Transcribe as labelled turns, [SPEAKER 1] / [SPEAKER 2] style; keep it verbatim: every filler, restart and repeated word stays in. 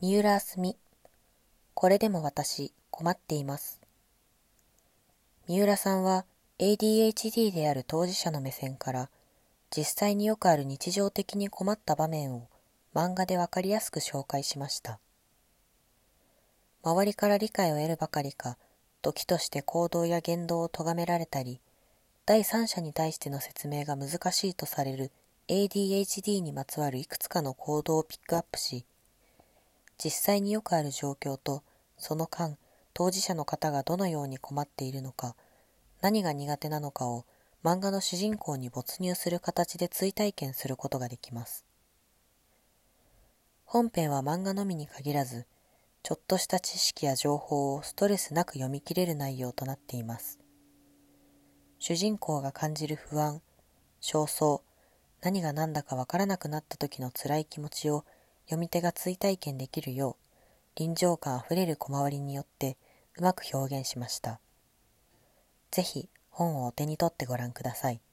[SPEAKER 1] 三浦あすみ、これでも私、困っています。三浦さんは エーディーエイチディー である当事者の目線から、実際によくある日常的に困った場面を漫画でわかりやすく紹介しました。周りから理解を得るばかりか、時として行動や言動を咎められたり、第三者に対しての説明が難しいとされる エーディーエイチディー にまつわるいくつかの行動をピックアップし、実際によくある状況とその間、当事者の方がどのように困っているのか、何が苦手なのかを漫画の主人公に没入する形で追体験することができます。本編は漫画のみに限らず、ちょっとした知識や情報をストレスなく読み切れる内容となっています。主人公が感じる不安、焦燥、何が何だかわからなくなった時の辛い気持ちを読み手が追体験できるよう、臨場感あふれる小回りによってうまく表現しました。ぜひ本をお手に取ってご覧ください。